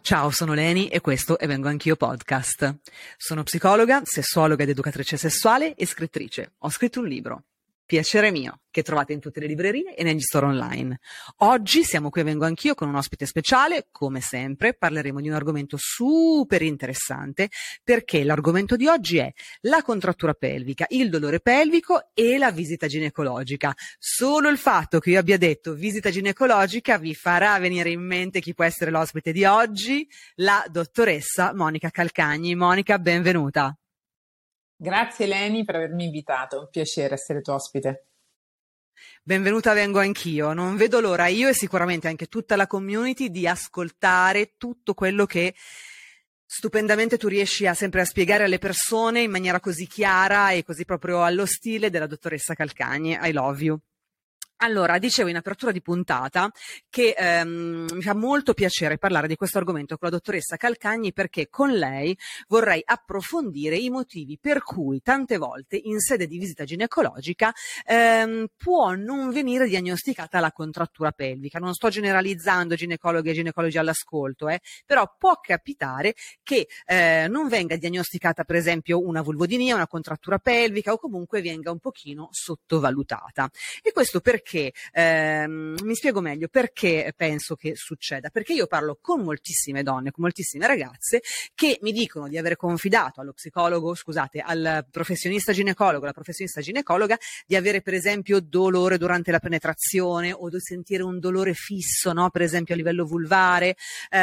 Ciao, sono Leni e questo è Vengo Anch'io podcast. Sono psicologa, sessuologa ed educatrice sessuale e scrittrice. Ho scritto un libro, Piacere mio, che trovate in tutte le librerie e negli store online. Oggi siamo qui a Vengo Anch'io con un ospite speciale. Come sempre parleremo di un argomento super interessante, perché l'argomento di oggi è la contrattura pelvica, il dolore pelvico e la visita ginecologica. Solo il fatto che io abbia detto visita ginecologica vi farà venire in mente chi può essere l'ospite di oggi, la dottoressa Monica Calcagni. Monica, benvenuta. Grazie Leni per avermi invitato, è un piacere essere tuo ospite. Benvenuta, Vengo Anch'io. Non vedo l'ora, io e sicuramente anche tutta la community, di ascoltare tutto quello che stupendamente tu riesci sempre a spiegare alle persone in maniera così chiara e così proprio allo stile della dottoressa Calcagni. I love you. Allora, dicevo in apertura di puntata che mi fa molto piacere parlare di questo argomento con la dottoressa Calcagni, perché con lei vorrei approfondire i motivi per cui tante volte in sede di visita ginecologica può non venire diagnosticata la contrattura pelvica. Non sto generalizzando ginecologi e ginecologi all'ascolto, però può capitare che non venga diagnosticata per esempio una vulvodinia, una contrattura pelvica, o comunque venga un pochino sottovalutata. E questo perché mi spiego meglio perché penso che succeda, perché io parlo con moltissime donne, con moltissime ragazze che mi dicono di avere confidato allo psicologo, scusate, al professionista ginecologo, alla professionista ginecologa, di avere per esempio dolore durante la penetrazione o di sentire un dolore fisso, no? Per esempio a livello vulvare,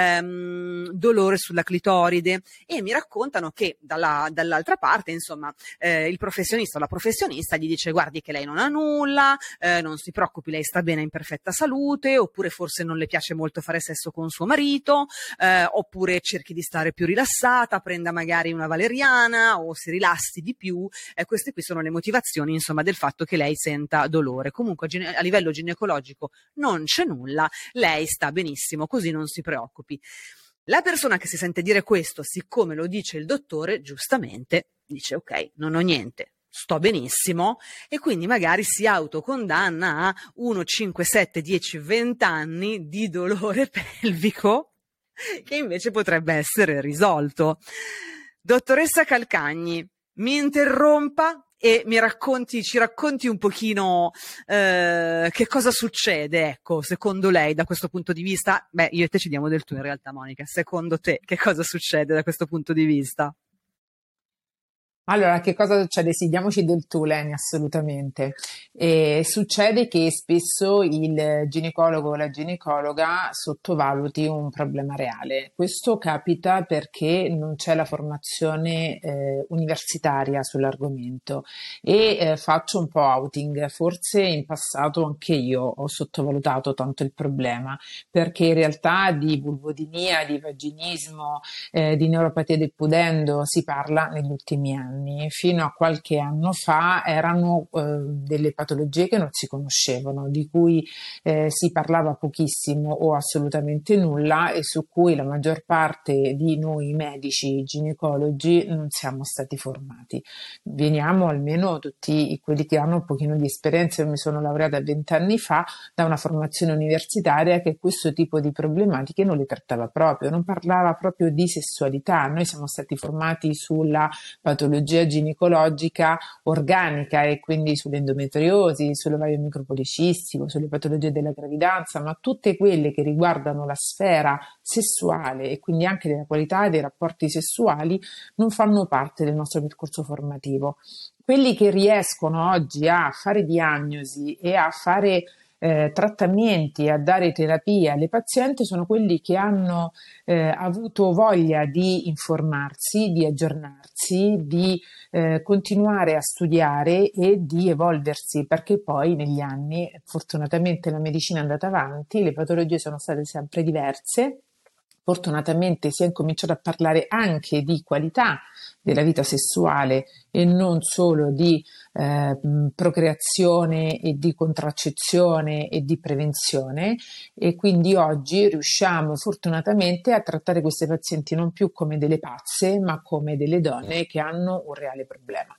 dolore sulla clitoride, e mi raccontano che dall'altra parte, insomma, il professionista o la professionista gli dice: guardi che lei non ha nulla, non si preoccupi, lei sta bene, in perfetta salute, oppure forse non le piace molto fare sesso con suo marito, oppure cerchi di stare più rilassata, prenda magari una valeriana o si rilassi di più. Queste qui sono le motivazioni, insomma, del fatto che lei senta dolore. Comunque a livello ginecologico non c'è nulla, lei sta benissimo, così non si preoccupi. La persona che si sente dire questo, siccome lo dice il dottore, giustamente dice: ok, non ho niente, sto benissimo, e quindi magari si autocondanna a 1, 5, 7, 10, 20 anni di dolore pelvico che invece potrebbe essere risolto. Dottoressa Calcagni, mi interrompa e ci racconti un pochino che cosa succede, ecco, secondo lei da questo punto di vista. Beh, io e te ci diamo del tu in realtà, Monica. Secondo te che cosa succede da questo punto di vista? Allora, che cosa succede? Sì, diamoci del tu, Leni, assolutamente. Succede che spesso il ginecologo o la ginecologa sottovaluti un problema reale. Questo capita perché non c'è la formazione universitaria sull'argomento e faccio un po' outing. Forse in passato anche io ho sottovalutato tanto il problema, perché in realtà di vulvodinia, di vaginismo, di neuropatia del pudendo si parla negli ultimi anni. Fino a qualche anno fa erano delle patologie che non si conoscevano, di cui si parlava pochissimo o assolutamente nulla, e su cui la maggior parte di noi medici ginecologi non siamo stati formati. Veniamo, almeno tutti quelli che hanno un pochino di esperienza, io mi sono laureata 20 anni fa, da una formazione universitaria che questo tipo di problematiche non le trattava proprio, non parlava proprio di sessualità. Noi siamo stati formati sulla patologia ginecologica organica, e quindi sull'endometriosi, sull'ovaio micropolicistico, sulle patologie della gravidanza, ma tutte quelle che riguardano la sfera sessuale e quindi anche della qualità dei rapporti sessuali non fanno parte del nostro percorso formativo. Quelli che riescono oggi a fare diagnosi e a fare trattamenti, a dare terapia alle pazienti, sono quelli che hanno avuto voglia di informarsi, di aggiornarsi, di continuare a studiare e di evolversi, perché poi negli anni fortunatamente la medicina è andata avanti, le patologie sono state sempre diverse. Fortunatamente si è incominciato a parlare anche di qualità della vita sessuale e non solo di procreazione e di contraccezione e di prevenzione, e quindi oggi riusciamo fortunatamente a trattare queste pazienti non più come delle pazze, ma come delle donne che hanno un reale problema.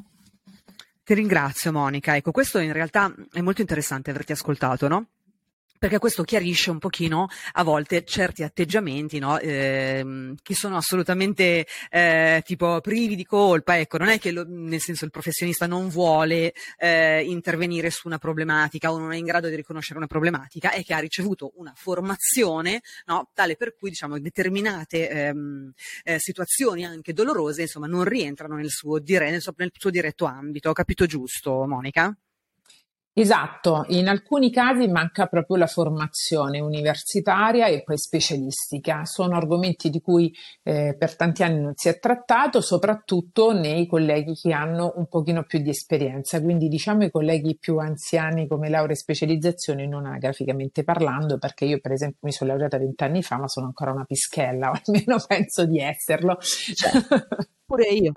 Ti ringrazio, Monica. Ecco, questo in realtà è molto interessante averti ascoltato, no? perché questo chiarisce un pochino a volte certi atteggiamenti, no? Che sono assolutamente tipo privi di colpa. Ecco, non è che nel senso il professionista non vuole intervenire su una problematica o non è in grado di riconoscere una problematica, è che ha ricevuto una formazione, no? Tale per cui diciamo determinate situazioni anche dolorose, insomma, non rientrano nel suo diretto ambito. Ho capito giusto, Monica? Esatto, in alcuni casi manca proprio la formazione universitaria e poi specialistica. Sono argomenti di cui per tanti anni non si è trattato, soprattutto nei colleghi che hanno un pochino più di esperienza, quindi diciamo i colleghi più anziani come laurea e specializzazione non anagraficamente parlando, perché io per esempio mi sono laureata 20 anni fa, ma sono ancora una pischella, o almeno penso di esserlo. Cioè, pure io.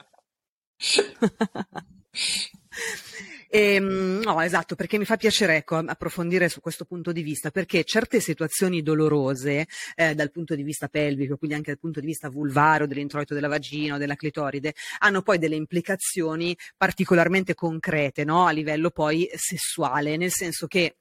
No, esatto, perché mi fa piacere, ecco, approfondire su questo punto di vista, perché certe situazioni dolorose dal punto di vista pelvico, quindi anche dal punto di vista vulvario, dell'introito della vagina o della clitoride, hanno poi delle implicazioni particolarmente concrete, no? A livello poi sessuale, nel senso che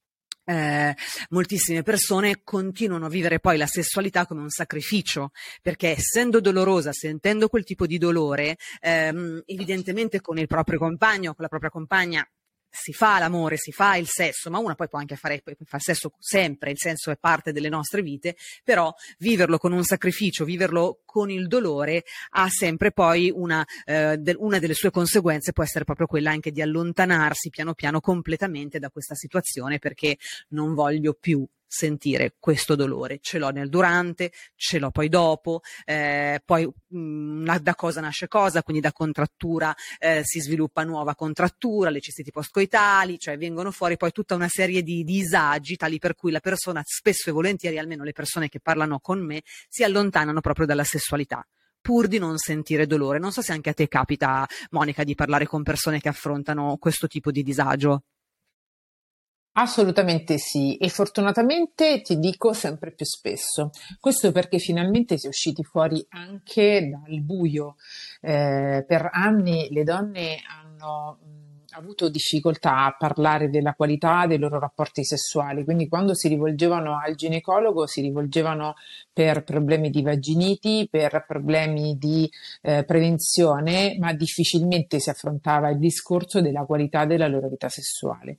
moltissime persone continuano a vivere poi la sessualità come un sacrificio, perché essendo dolorosa, sentendo quel tipo di dolore, evidentemente con il proprio compagno, con la propria compagna, si fa l'amore, si fa il sesso, ma una poi può anche fare il sesso sempre, il senso è parte delle nostre vite, però viverlo con un sacrificio, viverlo con il dolore ha sempre poi una delle sue conseguenze può essere proprio quella anche di allontanarsi piano piano completamente da questa situazione, perché non voglio più sentire questo dolore, ce l'ho nel durante, ce l'ho poi dopo, poi da cosa nasce cosa, quindi da contrattura si sviluppa nuova contrattura, le cistiti postcoitali, cioè vengono fuori poi tutta una serie di disagi tali per cui la persona spesso e volentieri, almeno le persone che parlano con me, si allontanano proprio dalla sessualità pur di non sentire dolore. Non so se anche a te capita, Monica, di parlare con persone che affrontano questo tipo di disagio. Assolutamente sì, e fortunatamente ti dico sempre più spesso. Questo perché finalmente si è usciti fuori anche dal buio. Per anni le donne hanno avuto difficoltà a parlare della qualità dei loro rapporti sessuali, quindi quando si rivolgevano al ginecologo si rivolgevano per problemi di vaginiti, per problemi di prevenzione, ma difficilmente si affrontava il discorso della qualità della loro vita sessuale.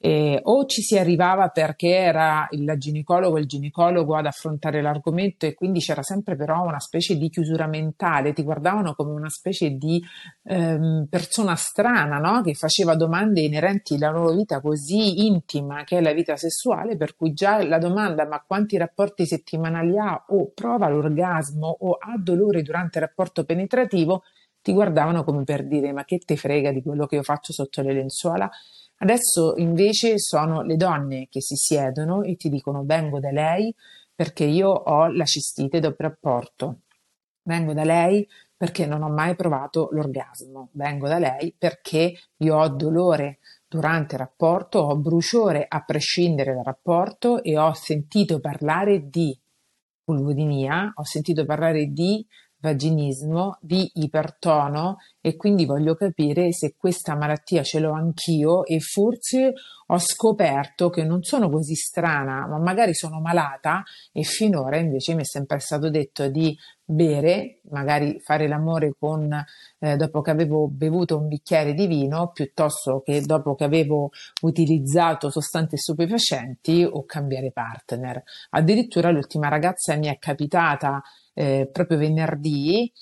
O ci si arrivava perché era la ginecologo e il ginecologo ad affrontare l'argomento e quindi c'era sempre però una specie di chiusura mentale, ti guardavano come una specie di persona strana, no? Che faceva domande inerenti alla loro vita così intima che è la vita sessuale, per cui già la domanda ma quanti rapporti settimanali ha o prova l'orgasmo o ha dolore durante il rapporto penetrativo, ti guardavano come per dire ma che te frega di quello che io faccio sotto le lenzuola? Adesso invece sono le donne che si siedono e ti dicono vengo da lei perché io ho la cistite dopo rapporto, vengo da lei perché non ho mai provato l'orgasmo, vengo da lei perché io ho dolore durante il rapporto, ho bruciore a prescindere dal rapporto e ho sentito parlare di vulvodinia, ho sentito parlare di vaginismo, di ipertono e quindi voglio capire se questa malattia ce l'ho anch'io e forse ho scoperto che non sono così strana, ma magari sono malata e finora invece mi è sempre stato detto di bere, magari fare l'amore dopo che avevo bevuto un bicchiere di vino piuttosto che dopo che avevo utilizzato sostanze stupefacenti o cambiare partner. Addirittura l'ultima ragazza mi è capitata proprio venerdì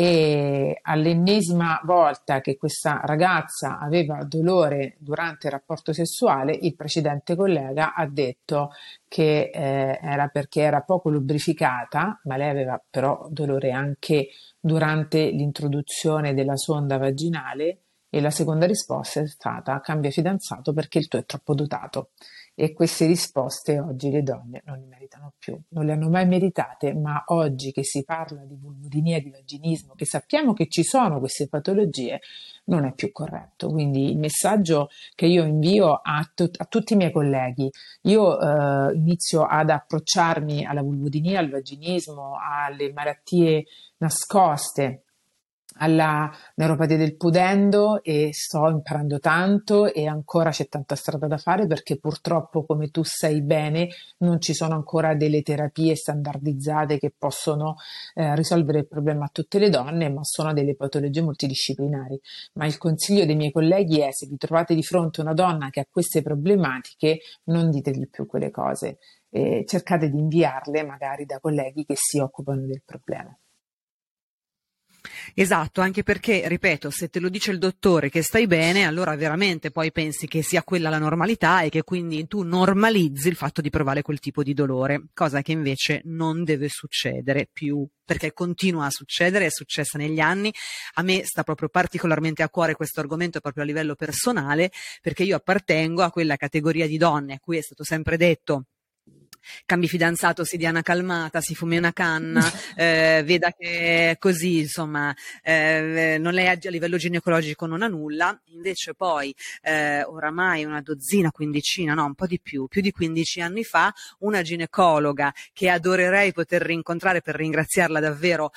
e all'ennesima volta che questa ragazza aveva dolore durante il rapporto sessuale, il precedente collega ha detto che era perché era poco lubrificata, ma lei aveva però dolore anche durante l'introduzione della sonda vaginale e la seconda risposta è stata cambia fidanzato perché il tuo è troppo dotato. E queste risposte oggi le donne non le meritano più, non le hanno mai meritate, ma oggi che si parla di vulvodinia, di vaginismo, che sappiamo che ci sono queste patologie, non è più corretto. Quindi il messaggio che io invio a tutti i miei colleghi, io inizio ad approcciarmi alla vulvodinia, al vaginismo, alle malattie nascoste alla neuropatia del pudendo e sto imparando tanto e ancora c'è tanta strada da fare perché purtroppo, come tu sai bene, non ci sono ancora delle terapie standardizzate che possono risolvere il problema a tutte le donne, ma sono delle patologie multidisciplinari. Ma il consiglio dei miei colleghi è: se vi trovate di fronte a una donna che ha queste problematiche, non ditegli più quelle cose, cercate di inviarle magari da colleghi che si occupano del problema. Esatto, anche perché, ripeto, se te lo dice il dottore che stai bene, allora veramente poi pensi che sia quella la normalità e che quindi tu normalizzi il fatto di provare quel tipo di dolore, cosa che invece non deve succedere più, perché continua a succedere, è successa negli anni. A me sta proprio particolarmente a cuore questo argomento proprio a livello personale, perché io appartengo a quella categoria di donne a cui è stato sempre detto: cambi fidanzato, si dia una calmata, si fumi una canna, veda che è così, insomma, non lei a livello ginecologico non ha nulla. Invece poi, oramai una dozzina, quindicina, no, un po' di più di 15 anni fa, una ginecologa che adorerei poter rincontrare per ringraziarla davvero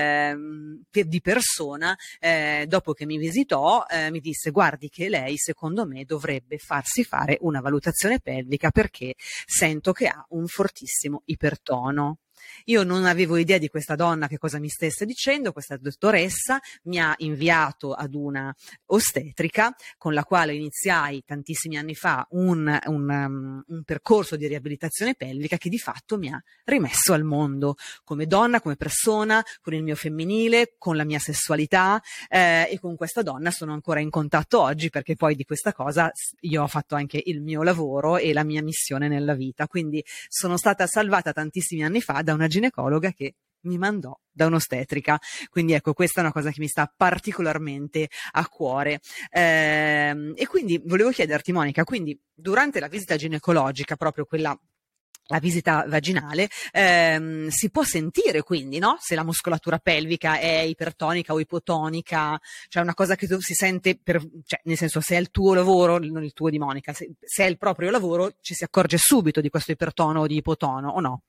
di persona, dopo che mi visitò, mi disse: guardi che lei secondo me dovrebbe farsi fare una valutazione pelvica perché sento che ha un fortissimo ipertono. Io non avevo idea di questa donna che cosa mi stesse dicendo. Questa dottoressa mi ha inviato ad una ostetrica con la quale iniziai tantissimi anni fa un percorso di riabilitazione pelvica che di fatto mi ha rimesso al mondo come donna, come persona, con il mio femminile, con la mia sessualità, e con questa donna sono ancora in contatto oggi, perché poi di questa cosa io ho fatto anche il mio lavoro e la mia missione nella vita. Quindi sono stata salvata tantissimi anni fa da una ginecologa che mi mandò da un'ostetrica. Quindi ecco, questa è una cosa che mi sta particolarmente a cuore. E quindi volevo chiederti, Monica, quindi durante la visita ginecologica, proprio quella, la visita vaginale, si può sentire quindi, no? Se la muscolatura pelvica è ipertonica o ipotonica, cioè una cosa che si sente, cioè nel senso, se è il tuo lavoro, non il tuo di Monica, se è il proprio lavoro, ci si accorge subito di questo ipertono o di ipotono, o no?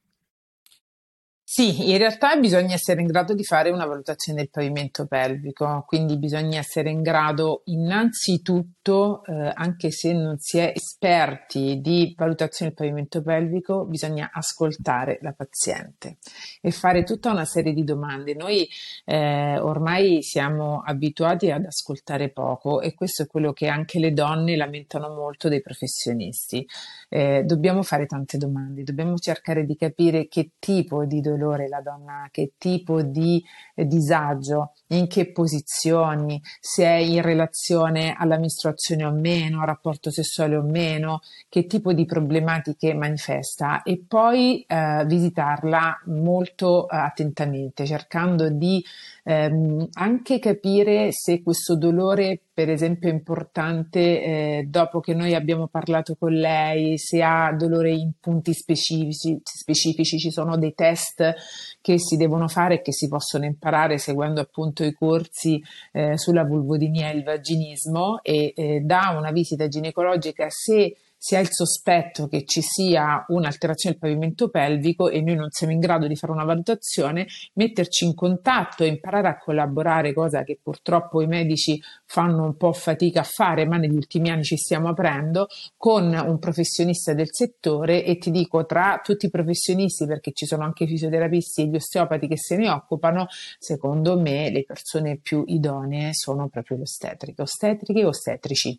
Sì, in realtà bisogna essere in grado di fare una valutazione del pavimento pelvico, quindi bisogna essere in grado innanzitutto, anche se non si è esperti di valutazione del pavimento pelvico, bisogna ascoltare la paziente e fare tutta una serie di domande. Noi ormai siamo abituati ad ascoltare poco e questo è quello che anche le donne lamentano molto dei professionisti. Dobbiamo fare tante domande, dobbiamo cercare di capire che tipo di dolore la donna ha, che tipo di disagio, in che posizioni, se è in relazione alla mestruazione o meno, al rapporto sessuale o meno, che tipo di problematiche manifesta e poi visitarla molto attentamente, cercando di anche capire se questo dolore, per esempio, è importante dopo che noi abbiamo parlato con lei, se ha dolore in punti specifici, ci sono dei test che si devono fare e che si possono imparare seguendo appunto i corsi sulla vulvodinia e il vaginismo e da una visita ginecologica, se si ha il sospetto che ci sia un'alterazione del pavimento pelvico e noi non siamo in grado di fare una valutazione, metterci in contatto e imparare a collaborare, cosa che purtroppo i medici fanno un po' fatica a fare, ma negli ultimi anni ci stiamo aprendo, con un professionista del settore. E ti dico, tra tutti i professionisti, perché ci sono anche i fisioterapisti e gli osteopati che se ne occupano, secondo me le persone più idonee sono proprio le ostetriche e ostetrici.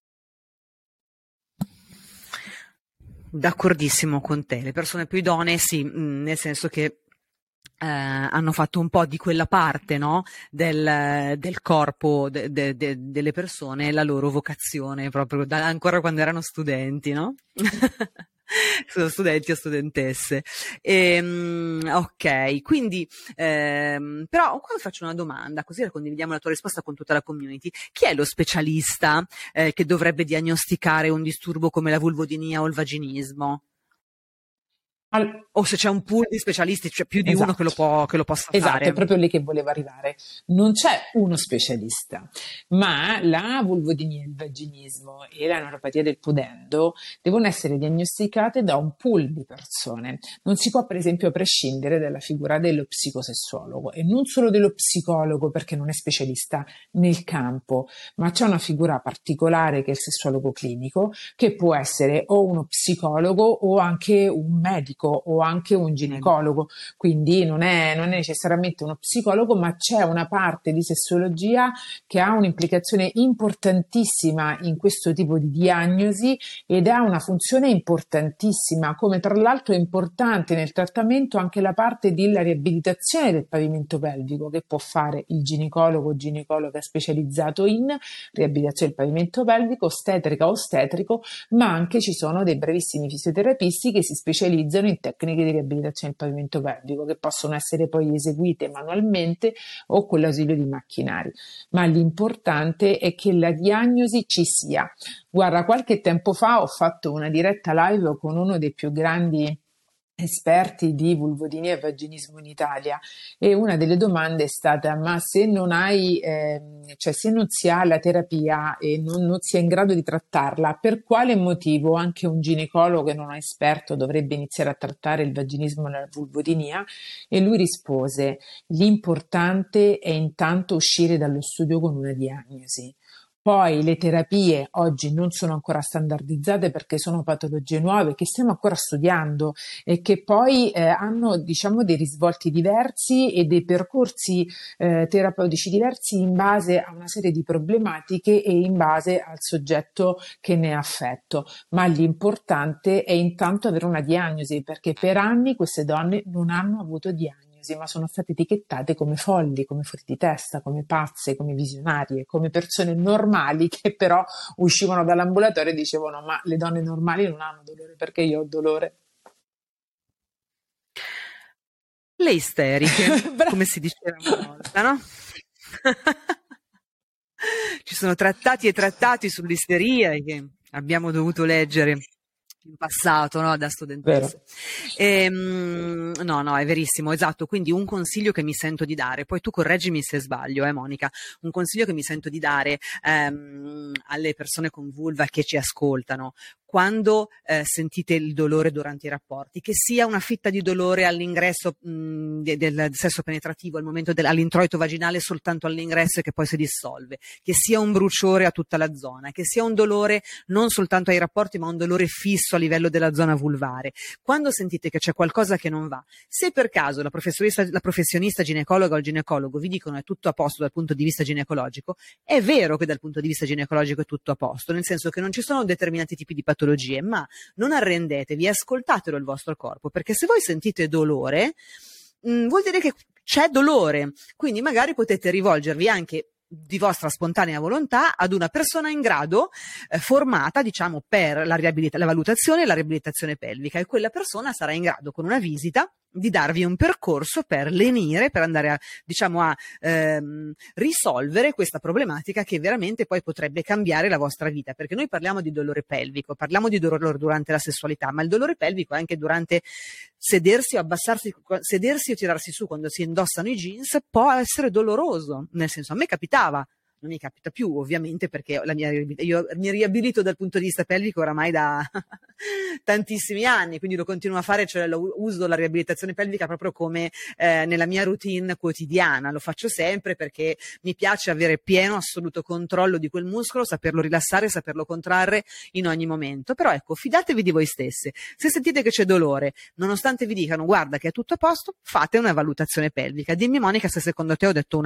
D'accordissimo con te, le persone più idonee sì, nel senso che hanno fatto un po' di quella parte, no? Del corpo delle persone, la loro vocazione, proprio ancora quando erano studenti, no? Sono studenti o studentesse. Ok, quindi, però qua faccio una domanda, così condividiamo la tua risposta con tutta la community. Chi è lo specialista che dovrebbe diagnosticare un disturbo come la vulvodinia o il vaginismo? Al- O se c'è un pool di specialisti, cioè più di uno che Esatto. che lo possa Esatto, è fare. proprio lì che volevo arrivare. Non c'è uno specialista, ma la vulvodinia, il vaginismo e la neuropatia del pudendo devono essere diagnosticate da un pool di persone. Non si può, per esempio, prescindere dalla figura dello psicosessuologo e non solo dello psicologo perché non è specialista nel campo, ma c'è una figura particolare che è il sessuologo clinico, che può essere o uno psicologo o anche un medico o anche un ginecologo. Quindi non è necessariamente uno psicologo, ma c'è una parte di sessologia che ha un'implicazione importantissima in questo tipo di diagnosi ed ha una funzione importantissima, come tra l'altro è importante nel trattamento anche la parte della riabilitazione del pavimento pelvico che può fare il ginecologo o ginecologa specializzato in riabilitazione del pavimento pelvico, ostetrica o ostetrico, ma anche ci sono dei bravissimi fisioterapisti che si specializzano in tecniche di riabilitazione del pavimento pelvico che possono essere poi eseguite manualmente o con l'ausilio di macchinari. Ma l'importante è che la diagnosi ci sia. Guarda, qualche tempo fa ho fatto una diretta live con uno dei più grandi esperti di vulvodinia e vaginismo in Italia e una delle domande è stata: ma se non hai, cioè se non si ha la terapia e non si è in grado di trattarla, per quale motivo anche un ginecologo che non è esperto dovrebbe iniziare a trattare il vaginismo e la vulvodinia? E lui rispose: l'importante è intanto uscire dallo studio con una diagnosi. Poi le terapie oggi non sono ancora standardizzate perché sono patologie nuove che stiamo ancora studiando e che poi hanno, diciamo, dei risvolti diversi e dei percorsi terapeutici diversi in base a una serie di problematiche e in base al soggetto che ne è affetto. Ma l'importante è intanto avere una diagnosi, perché per anni queste donne non hanno avuto diagnosi, ma sono state etichettate come folli, come fuori di testa, come pazze, come visionarie, come persone normali che però uscivano dall'ambulatorio e dicevano: ma le donne normali non hanno dolore perché io ho dolore. Le isteriche, Bra- come si diceva una volta, no? Ci sono trattati e trattati sull'isteria che abbiamo dovuto leggere in passato, no, da Vero. studentesse. No, no, è verissimo, esatto. Quindi un consiglio che mi sento di dare, poi tu correggimi se sbaglio, Monica, un consiglio che mi sento di dare alle persone con vulva che ci ascoltano: quando sentite il dolore durante i rapporti, che sia una fitta di dolore all'ingresso del sesso penetrativo, al momento all'introito vaginale soltanto all'ingresso e che poi si dissolve, che sia un bruciore a tutta la zona, che sia un dolore non soltanto ai rapporti ma un dolore fisso a livello della zona vulvare. Quando sentite che c'è qualcosa che non va, se per caso la professionista ginecologa o il ginecologo vi dicono è tutto a posto dal punto di vista ginecologico, è vero che dal punto di vista ginecologico è tutto a posto, nel senso che non ci sono determinati tipi di patologie, ma non arrendetevi, ascoltatelo il vostro corpo, perché se voi sentite dolore, vuol dire che c'è dolore, quindi magari potete rivolgervi anche di vostra spontanea volontà ad una persona in grado, formata, diciamo, per la valutazione e la riabilitazione pelvica, e quella persona sarà in grado con una visita di darvi un percorso per lenire, per andare a, diciamo, a risolvere questa problematica che veramente poi potrebbe cambiare la vostra vita, perché noi parliamo di dolore pelvico, parliamo di dolore durante la sessualità, ma il dolore pelvico è anche durante sedersi o abbassarsi, sedersi o tirarsi su quando si indossano i jeans, può essere doloroso, nel senso, a me capitava. Non mi capita più, ovviamente, perché io mi riabilito dal punto di vista pelvico oramai da tantissimi anni, quindi lo continuo a fare, cioè uso la riabilitazione pelvica proprio come nella mia routine quotidiana, lo faccio sempre perché mi piace avere pieno, assoluto controllo di quel muscolo, saperlo rilassare, saperlo contrarre in ogni momento. Però ecco, fidatevi di voi stesse. Se sentite che c'è dolore, nonostante vi dicano guarda che è tutto a posto, fate una valutazione pelvica. Dimmi, Monica, se secondo te ho detto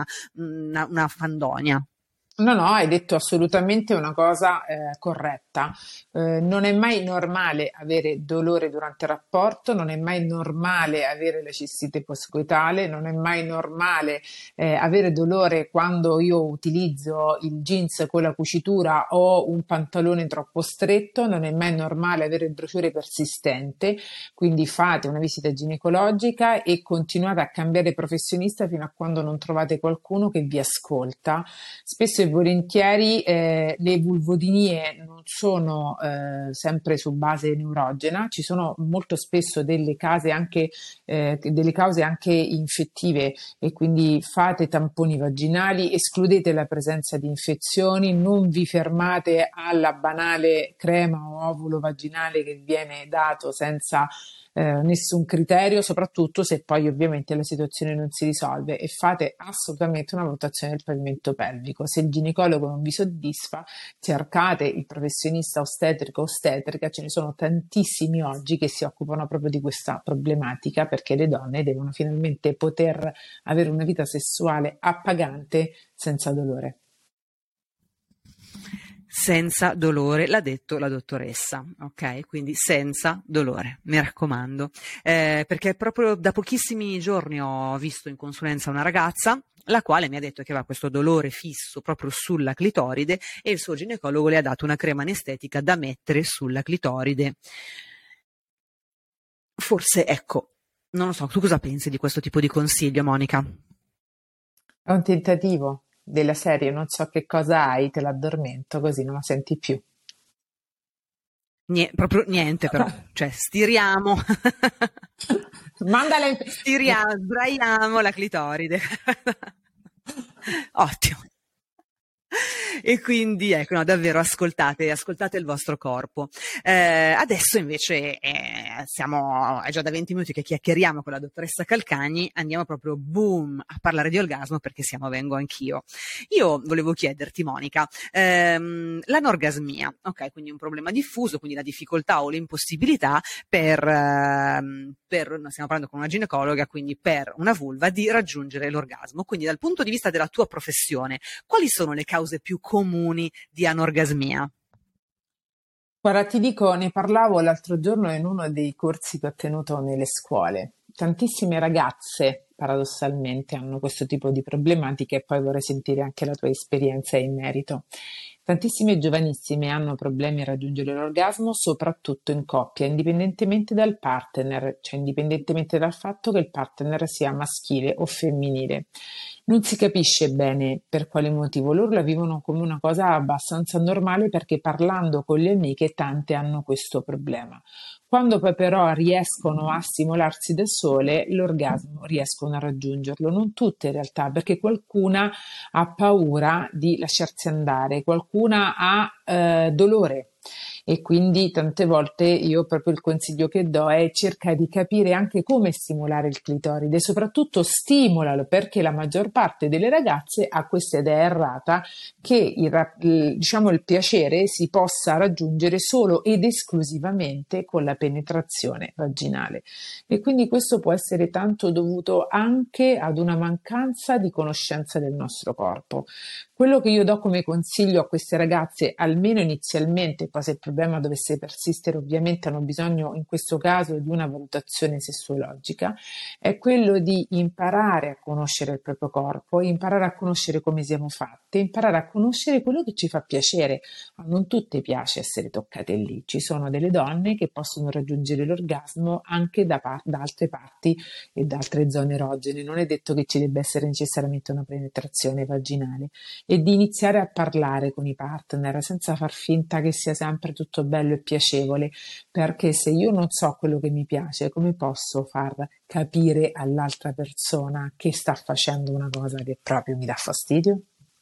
una fandonia. No, no, hai detto assolutamente una cosa corretta. Non è mai normale avere dolore durante il rapporto, non è mai normale avere la cistite postcoitale, non è mai normale avere dolore quando io utilizzo il jeans con la cucitura o un pantalone troppo stretto, non è mai normale avere il bruciore persistente. Quindi fate una visita ginecologica e continuate a cambiare professionista fino a quando non trovate qualcuno che vi ascolta. Spesso e e volentieri le vulvodinie non sono sempre su base neurogena, ci sono molto spesso delle cause anche infettive, e quindi fate tamponi vaginali, escludete la presenza di infezioni, non vi fermate alla banale crema o ovulo vaginale che viene dato senza nessun criterio, soprattutto se poi ovviamente la situazione non si risolve, e fate assolutamente una valutazione del pavimento pelvico. Se il ginecologo non vi soddisfa, cercate il professionista ostetrico o ostetrica, ce ne sono tantissimi oggi che si occupano proprio di questa problematica, perché le donne devono finalmente poter avere una vita sessuale appagante senza dolore. Senza dolore, l'ha detto la dottoressa, ok? Quindi senza dolore, mi raccomando, perché proprio da pochissimi giorni ho visto in consulenza una ragazza la quale mi ha detto che aveva questo dolore fisso proprio sulla clitoride e il suo ginecologo le ha dato una crema anestetica da mettere sulla clitoride. Forse, ecco, non lo so, tu cosa pensi di questo tipo di consiglio, Monica? È un tentativo della serie, non so che cosa hai, te l'addormento così non la senti più. Proprio niente però, cioè stiriamo, Mandala in... sbraiamo la clitoride. Ottimo. E quindi ecco, no, davvero ascoltate il vostro corpo. Adesso invece è già da 20 minuti che chiacchieriamo con la dottoressa Calcagni, andiamo proprio boom a parlare di orgasmo, perché vengo anch'io. Io volevo chiederti, Monica, l'anorgasmia, ok, quindi un problema diffuso, quindi la difficoltà o l'impossibilità stiamo parlando con una ginecologa, quindi per una vulva di raggiungere l'orgasmo. Quindi dal punto di vista della tua professione, quali sono le cause più comuni di anorgasmia? Guarda, ti dico, ne parlavo l'altro giorno in uno dei corsi che ho tenuto nelle scuole. Tantissime ragazze, paradossalmente, hanno questo tipo di problematiche, e poi vorrei sentire anche la tua esperienza in merito. Tantissime giovanissime hanno problemi a raggiungere l'orgasmo, soprattutto in coppia, indipendentemente dal partner, cioè indipendentemente dal fatto che il partner sia maschile o femminile. Non si capisce bene per quale motivo, loro la vivono come una cosa abbastanza normale, perché parlando con le amiche tante hanno questo problema. Quando poi però riescono a stimolarsi da sole, l'orgasmo riescono a raggiungerlo. Non tutte in realtà, perché qualcuna ha paura di lasciarsi andare, qualcuna ha dolore. E quindi tante volte io proprio il consiglio che do è: cerca di capire anche come stimolare il clitoride, soprattutto stimolalo, perché la maggior parte delle ragazze ha questa idea errata che il piacere si possa raggiungere solo ed esclusivamente con la penetrazione vaginale, e quindi questo può essere tanto dovuto anche ad una mancanza di conoscenza del nostro corpo. Quello che io do come consiglio a queste ragazze, almeno inizialmente, poi se il problema dovesse persistere ovviamente hanno bisogno in questo caso di una valutazione sessuologica, è quello di imparare a conoscere il proprio corpo, imparare a conoscere come siamo fatte, imparare a conoscere quello che ci fa piacere. A non tutte piace essere toccate lì, ci sono delle donne che possono raggiungere l'orgasmo anche da altre parti e da altre zone erogene, non è detto che ci debba essere necessariamente una penetrazione vaginale. E di iniziare a parlare con i partner senza far finta che sia sempre tutto bello e piacevole, perché se io non so quello che mi piace, come posso far capire all'altra persona che sta facendo una cosa che proprio mi dà fastidio?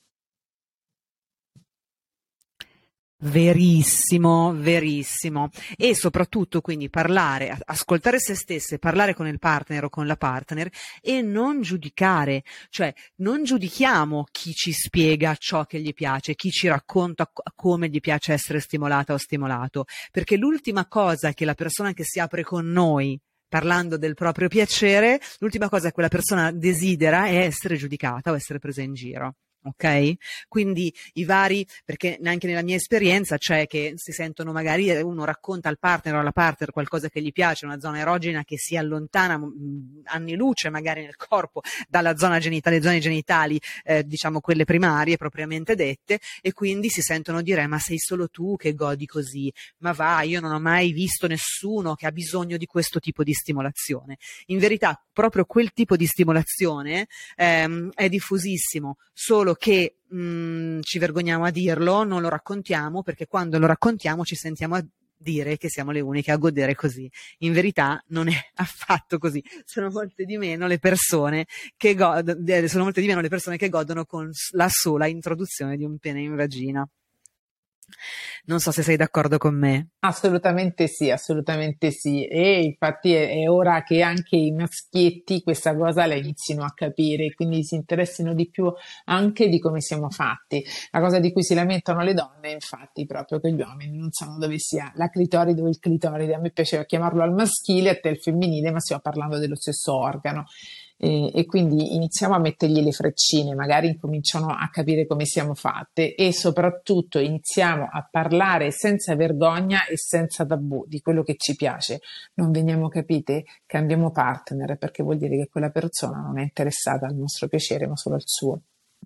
Verissimo, verissimo. E soprattutto quindi parlare, ascoltare se stesse, parlare con il partner o con la partner e non giudicare, cioè non giudichiamo chi ci spiega ciò che gli piace, chi ci racconta come gli piace essere stimolata o stimolato, perché l'ultima cosa che la persona che si apre con noi parlando del proprio piacere, l'ultima cosa che quella persona desidera è essere giudicata o essere presa in giro. Ok? Quindi perché anche nella mia esperienza c'è che si sentono, magari uno racconta al partner o alla partner qualcosa che gli piace, una zona erogena che si allontana anni luce magari nel corpo dalla zona genitale, le zone genitali, diciamo quelle primarie propriamente dette, e quindi si sentono dire: ma sei solo tu che godi così, ma va, io non ho mai visto nessuno che ha bisogno di questo tipo di stimolazione. In verità proprio quel tipo di stimolazione è diffusissimo, solo che ci vergogniamo a dirlo, non lo raccontiamo, perché quando lo raccontiamo ci sentiamo a dire che siamo le uniche a godere così. In verità non è affatto così. Sono molte di meno le persone che godono con la sola introduzione di un pene in vagina. Non so se sei d'accordo con me. Assolutamente sì, assolutamente sì. E infatti è ora che anche i maschietti questa cosa la inizino a capire, quindi si interessino di più anche di come siamo fatti. La cosa di cui si lamentano le donne, infatti, proprio che gli uomini non sanno dove sia la clitoride o il clitoride. A me piaceva chiamarlo al maschile, a te il femminile, ma stiamo parlando dello stesso organo. E quindi iniziamo a mettergli le freccine, magari incominciano a capire come siamo fatte e soprattutto iniziamo a parlare senza vergogna e senza tabù di quello che ci piace. Non veniamo capite, cambiamo partner, perché vuol dire che quella persona non è interessata al nostro piacere ma solo al suo.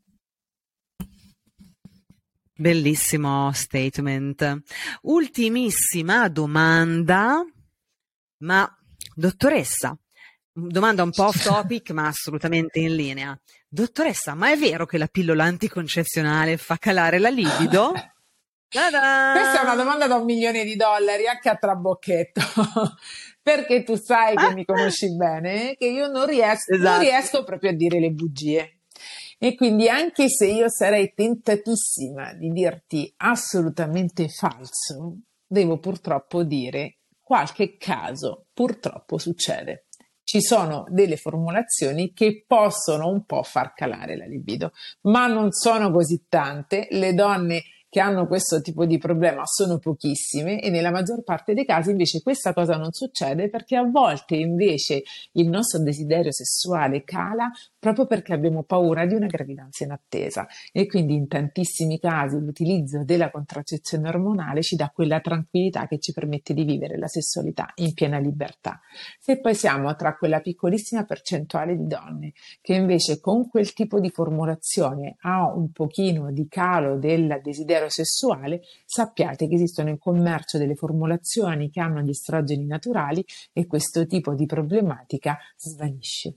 Bellissimo statement. Ultimissima domanda, ma dottoressa, domanda un po' off topic ma assolutamente in linea. Dottoressa, ma è vero che la pillola anticoncezionale fa calare la libido? Ta-da! Questa è una domanda da $1.000.000, anche a trabocchetto, perché tu sai che mi conosci bene, che io non Esatto. riesco proprio a dire le bugie. E quindi anche se io sarei tentatissima di dirti assolutamente falso, devo purtroppo dire qualche caso purtroppo succede. Ci sono delle formulazioni che possono un po' far calare la libido, ma non sono così tante. Le donne che hanno questo tipo di problema sono pochissime e nella maggior parte dei casi invece questa cosa non succede, perché a volte invece il nostro desiderio sessuale cala proprio perché abbiamo paura di una gravidanza in attesa, e quindi in tantissimi casi l'utilizzo della contraccezione ormonale ci dà quella tranquillità che ci permette di vivere la sessualità in piena libertà. Se poi siamo tra quella piccolissima percentuale di donne che invece con quel tipo di formulazione ha un pochino di calo del desiderio sessuale, sappiate che esistono in commercio delle formulazioni che hanno gli estrogeni naturali e questo tipo di problematica svanisce.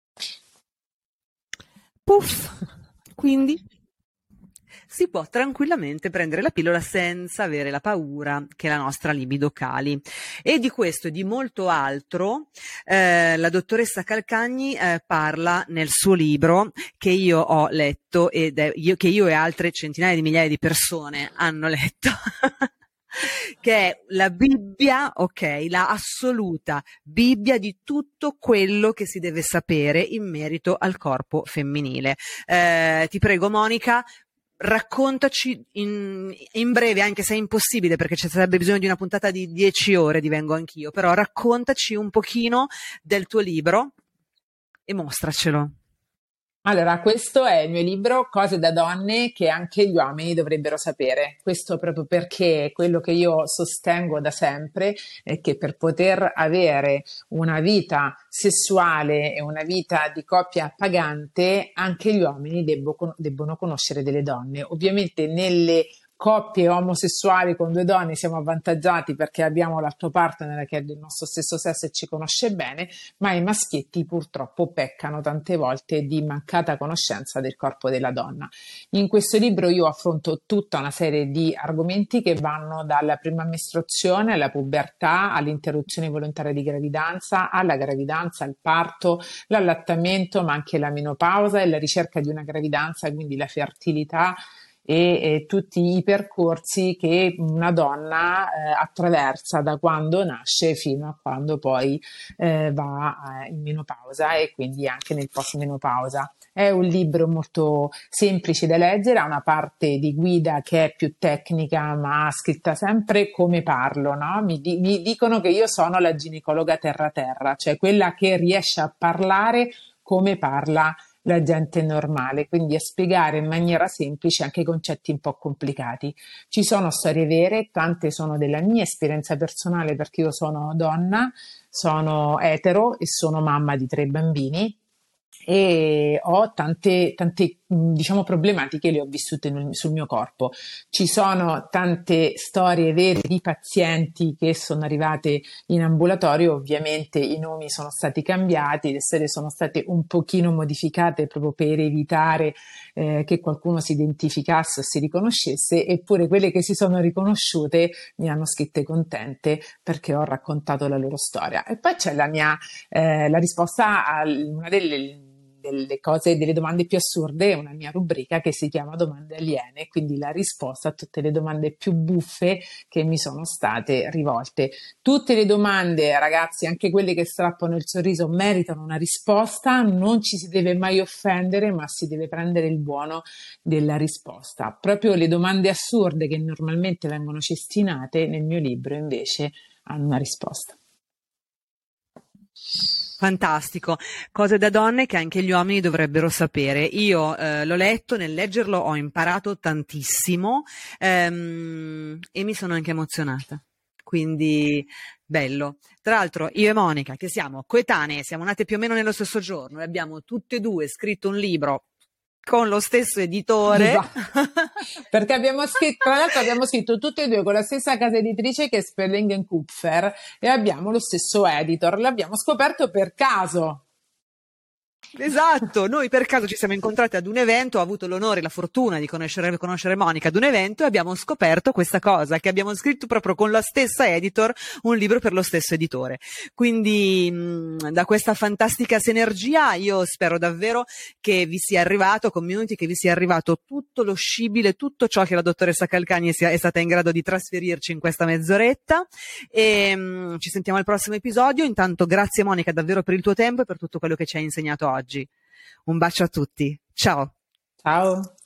Puff! Quindi si può tranquillamente prendere la pillola senza avere la paura che la nostra libido cali. E di questo e di molto altro la dottoressa Calcagni parla nel suo libro, che io ho letto che io e altre centinaia di migliaia di persone hanno letto. Che è la Bibbia, ok, la assoluta Bibbia di tutto quello che si deve sapere in merito al corpo femminile. Ti prego, Monica, raccontaci in breve, anche se è impossibile perché ci sarebbe bisogno di una puntata di 10 ore di Vengo Anch'io, però raccontaci un pochino del tuo libro e mostracelo. Allora, questo è il mio libro Cose da donne che anche gli uomini dovrebbero sapere. Questo proprio perché quello che io sostengo da sempre è che per poter avere una vita sessuale e una vita di coppia pagante, anche gli uomini debbono conoscere delle donne. Ovviamente nelle coppie omosessuali con due donne siamo avvantaggiati perché abbiamo l'altro partner che è del nostro stesso sesso e ci conosce bene, ma i maschietti purtroppo peccano tante volte di mancata conoscenza del corpo della donna. In questo libro io affronto tutta una serie di argomenti che vanno dalla prima mestruazione alla pubertà, all'interruzione volontaria di gravidanza, alla gravidanza, al parto, l'allattamento, ma anche la menopausa e la ricerca di una gravidanza, quindi la fertilità e tutti i percorsi che una donna attraversa da quando nasce fino a quando poi va in menopausa e quindi anche nel post-menopausa. È un libro molto semplice da leggere, ha una parte di guida che è più tecnica, ma scritta sempre come parlo, no? Mi dicono che io sono la ginecologa terra-terra, cioè quella che riesce a parlare come parla la gente normale, quindi a spiegare in maniera semplice anche concetti un po' complicati. Ci sono storie vere, tante sono della mia esperienza personale perché io sono donna, sono etero e sono mamma di 3 bambini e ho tante diciamo problematiche le ho vissute sul mio corpo. Ci sono tante storie vere di pazienti che sono arrivate in ambulatorio, ovviamente i nomi sono stati cambiati, le storie sono state un pochino modificate proprio per evitare che qualcuno si identificasse o si riconoscesse, eppure quelle che si sono riconosciute mi hanno scritte contente perché ho raccontato la loro storia. E poi c'è la risposta a una delle domande più assurde, una mia rubrica che si chiama Domande aliene, quindi la risposta a tutte le domande più buffe che mi sono state rivolte. Tutte le domande, ragazzi, anche quelle che strappano il sorriso, meritano una risposta, non ci si deve mai offendere, ma si deve prendere il buono della risposta. Proprio le domande assurde che normalmente vengono cestinate nel mio libro invece hanno una risposta. Fantastico, cose da donne che anche gli uomini dovrebbero sapere. Io l'ho letto, nel leggerlo ho imparato tantissimo e mi sono anche emozionata, quindi bello. Tra l'altro io e Monica, che siamo coetanee, siamo nate più o meno nello stesso giorno e abbiamo tutte e due scritto un libro con lo stesso editore. Esatto. Perché tra l'altro abbiamo scritto tutte e due con la stessa casa editrice che è Sperling & Kupfer e abbiamo lo stesso editor, l'abbiamo scoperto per caso. Esatto, noi per caso ci siamo incontrati ad un evento, ho avuto l'onore e la fortuna di conoscere Monica ad un evento e abbiamo scoperto questa cosa, che abbiamo scritto proprio con la stessa editor un libro per lo stesso editore. Quindi da questa fantastica sinergia io spero davvero che vi sia arrivato, community, che vi sia arrivato tutto lo scibile, tutto ciò che la dottoressa Calcagni è stata in grado di trasferirci in questa mezz'oretta e ci sentiamo al prossimo episodio. Intanto grazie Monica davvero per il tuo tempo e per tutto quello che ci hai insegnato oggi. Un bacio a tutti, ciao. Ciao.